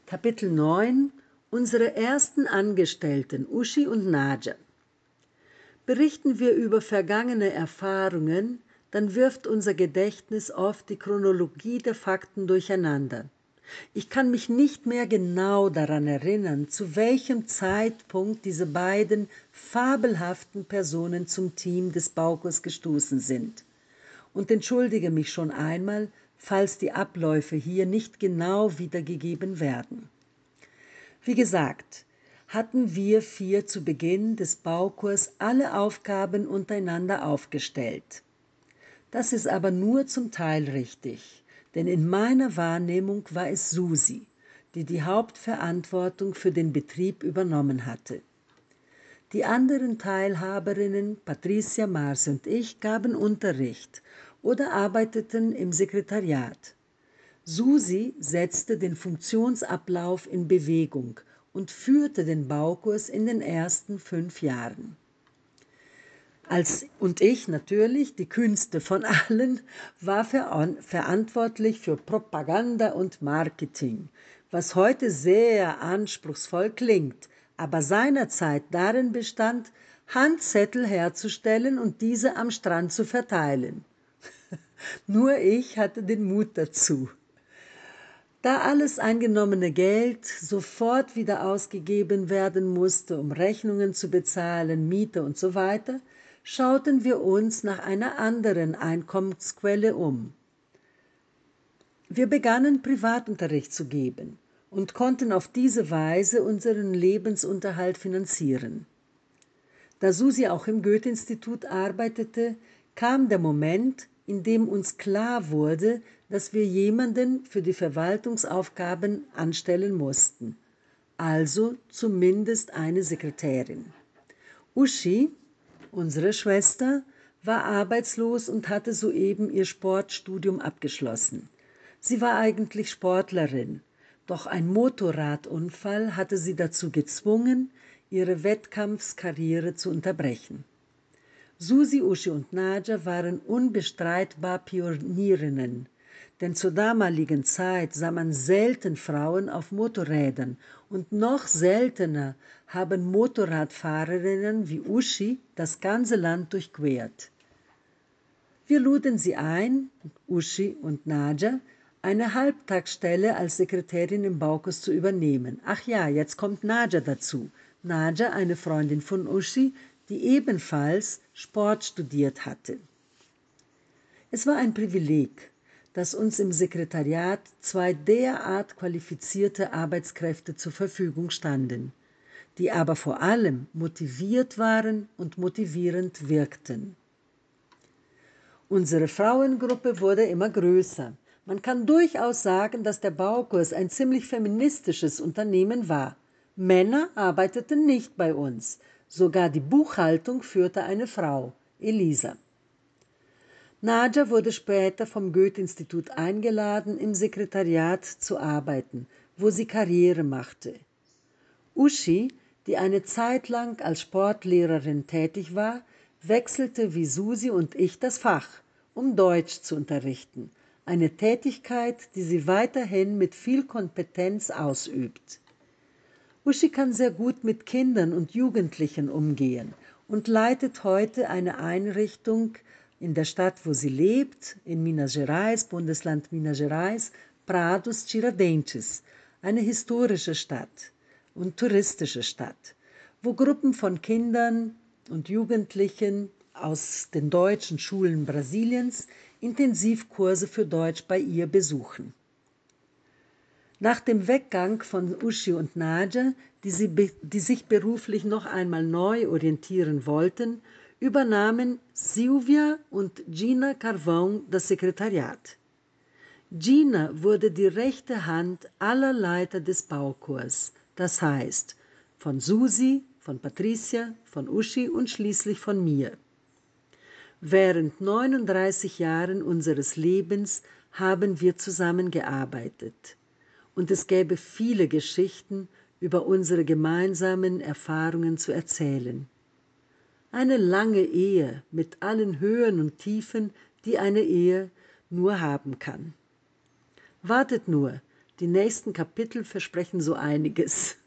Kapitel 9 Unsere ersten Angestellten, Uschi und Nadja. Berichten wir über vergangene Erfahrungen, dann wirft unser Gedächtnis oft die Chronologie der Fakten durcheinander. Ich kann mich nicht mehr genau daran erinnern, zu welchem Zeitpunkt diese beiden fabelhaften Personen zum Team des Baukurs gestoßen sind. Und entschuldige mich schon einmal, falls die Abläufe hier nicht genau wiedergegeben werden. Wie gesagt, hatten wir 4 zu Beginn des Baukurs alle Aufgaben untereinander aufgestellt. Das ist aber nur zum Teil richtig, denn in meiner Wahrnehmung war es Susi, die die Hauptverantwortung für den Betrieb übernommen hatte. Die anderen Teilhaberinnen, Patricia, Marce und ich, gaben Unterricht oder arbeiteten im Sekretariat. Susi setzte den Funktionsablauf in Bewegung und führte den Baukurs in den ersten 5 Jahren. Und ich natürlich, die kühnste von allen, war verantwortlich für Propaganda und Marketing, was heute sehr anspruchsvoll klingt, aber seinerzeit darin bestand, Handzettel herzustellen und diese am Strand zu verteilen. Nur ich hatte den Mut dazu. Da alles eingenommene Geld sofort wieder ausgegeben werden musste, um Rechnungen zu bezahlen, Miete und so weiter, schauten wir uns nach einer anderen Einkommensquelle um. Wir begannen Privatunterricht zu geben und konnten auf diese Weise unseren Lebensunterhalt finanzieren. Da Susi auch im Goethe-Institut arbeitete, kam der Moment, in dem uns klar wurde, dass wir jemanden für die Verwaltungsaufgaben anstellen mussten, also zumindest eine Sekretärin. Uschi, unsere Schwester, war arbeitslos und hatte soeben ihr Sportstudium abgeschlossen. Sie war eigentlich Sportlerin, doch ein Motorradunfall hatte sie dazu gezwungen, ihre Wettkampfskarriere zu unterbrechen. Susi, Uschi und Nadja waren unbestreitbar Pionierinnen, denn zur damaligen Zeit sah man selten Frauen auf Motorrädern und noch seltener haben Motorradfahrerinnen wie Uschi das ganze Land durchquert. Wir luden sie ein, Uschi und Nadja, eine Halbtagsstelle als Sekretärin im Baukurs zu übernehmen. Ach ja, jetzt kommt Nadja dazu. Nadja, eine Freundin von Uschi, die ebenfalls Sport studiert hatte. Es war ein Privileg, dass uns im Sekretariat 2 derart qualifizierte Arbeitskräfte zur Verfügung standen, die aber vor allem motiviert waren und motivierend wirkten. Unsere Frauengruppe wurde immer größer. Man kann durchaus sagen, dass der Baukurs ein ziemlich feministisches Unternehmen war. Männer arbeiteten nicht bei uns. Sogar die Buchhaltung führte eine Frau, Elisa. Nadja wurde später vom Goethe-Institut eingeladen, im Sekretariat zu arbeiten, wo sie Karriere machte. Uschi, die eine Zeit lang als Sportlehrerin tätig war, wechselte wie Susi und ich das Fach, um Deutsch zu unterrichten, eine Tätigkeit, die sie weiterhin mit viel Kompetenz ausübt. Uschi kann sehr gut mit Kindern und Jugendlichen umgehen und leitet heute eine Einrichtung in der Stadt, wo sie lebt, in Minas Gerais, Bundesland Minas Gerais, Prados Tiradentes, eine historische Stadt und touristische Stadt, wo Gruppen von Kindern und Jugendlichen aus den deutschen Schulen Brasiliens Intensivkurse für Deutsch bei ihr besuchen. Nach dem Weggang von Uschi und Nadja, die sich beruflich noch einmal neu orientieren wollten, übernahmen Silvia und Gina Carvão das Sekretariat. Gina wurde die rechte Hand aller Leiter des Baukurs, das heißt von Susi, von Patricia, von Uschi und schließlich von mir. Während 39 Jahren unseres Lebens haben wir zusammengearbeitet. Und es gäbe viele Geschichten über unsere gemeinsamen Erfahrungen zu erzählen. Eine lange Ehe mit allen Höhen und Tiefen, die eine Ehe nur haben kann. Wartet nur, Die nächsten Kapitel versprechen so einiges.